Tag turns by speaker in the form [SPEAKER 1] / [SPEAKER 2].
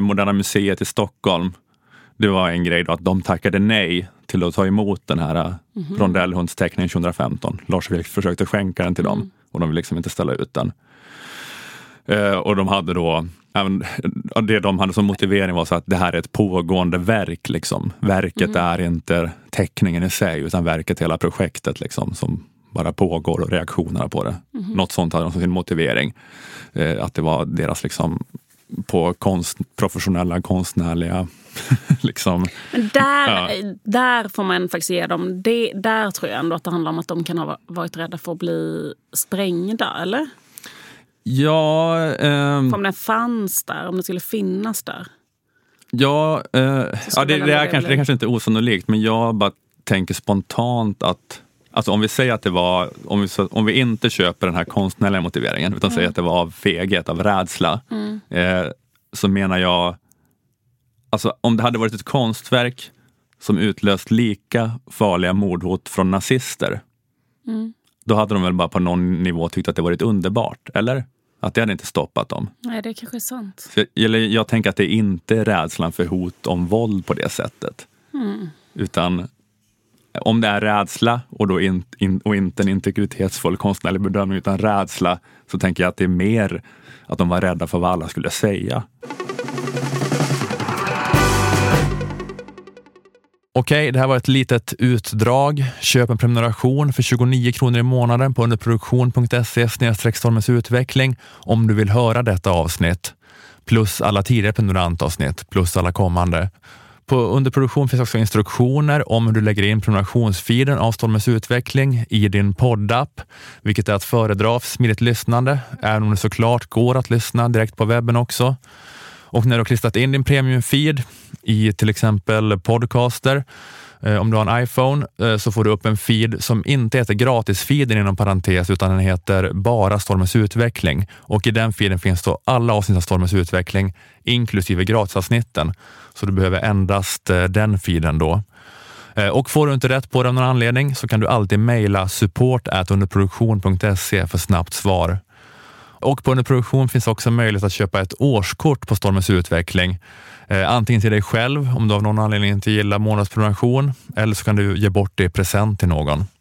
[SPEAKER 1] Moderna museet i Stockholm, det var en grej då att de tackade nej till att ta emot den här rondellhundsteckningen 2015. Lars Vilks försökte skänka den till dem och de ville liksom inte ställa ut den. Och de hade då, det de hade som motivering var så att det här är ett pågående verk liksom. Verket är inte teckningen i sig utan verket, hela projektet liksom, som bara pågår och reaktionerna på det. Något sånt hade de som sin motivering. Att det var deras liksom på professionella, konstnärliga liksom.
[SPEAKER 2] Men där får man faktiskt ge dem, där tror jag ändå att det handlar om att de kan ha varit rädda för att bli sprängda, eller?
[SPEAKER 1] Ja.
[SPEAKER 2] Om den fanns där, om det skulle finnas där.
[SPEAKER 1] Ja, det är kanske inte osannolikt, men jag bara tänker spontant att alltså om vi säger att det var, om vi inte köper den här konstnärliga motiveringen utan säger att det var av feghet, av rädsla, så menar jag, alltså om det hade varit ett konstverk som utlöst lika farliga mordhot från nazister, då hade de väl bara på någon nivå tyckt att det varit underbart, eller? Att det hade inte stoppat dem.
[SPEAKER 2] Nej, det är kanske sant.
[SPEAKER 1] Jag tänker att det inte är rädslan för hot om våld på det sättet. Utan om det är rädsla och då inte en integritetsfull konstnärlig bedömning utan rädsla, så tänker jag att det är mer att de var rädda för vad alla skulle säga. Okej, det här var ett litet utdrag. Köp en prenumeration för 29 kronor i månaden på underproduktion.se/Stormens utveckling om du vill höra detta avsnitt. Plus alla tidigare prenumerantavsnitt, plus alla kommande. På Underproduktion finns också instruktioner om hur du lägger in prenumerationsfeeden av Stormens utveckling i din poddapp, vilket är att föredra för smidigt lyssnande, även om det såklart går att lyssna direkt på webben också. Och när du har klistrat in din premiumfeed i till exempel podcaster, om du har en iPhone, så får du upp en feed som inte heter gratisfeeden inom parentes, utan den heter bara Stormens utveckling. Och i den feeden finns då alla avsnitt av Stormens utveckling, inklusive gratisavsnitten. Så du behöver endast den feeden då. Och får du inte rätt på det av någon anledning så kan du alltid mejla support@underproduktion.se för snabbt svar. Och på Underproduktion finns också möjlighet att köpa ett årskort på Stormens utveckling. Antingen till dig själv om du av någon anledning inte gillar månadsprenumeration, eller så kan du ge bort det i present till någon.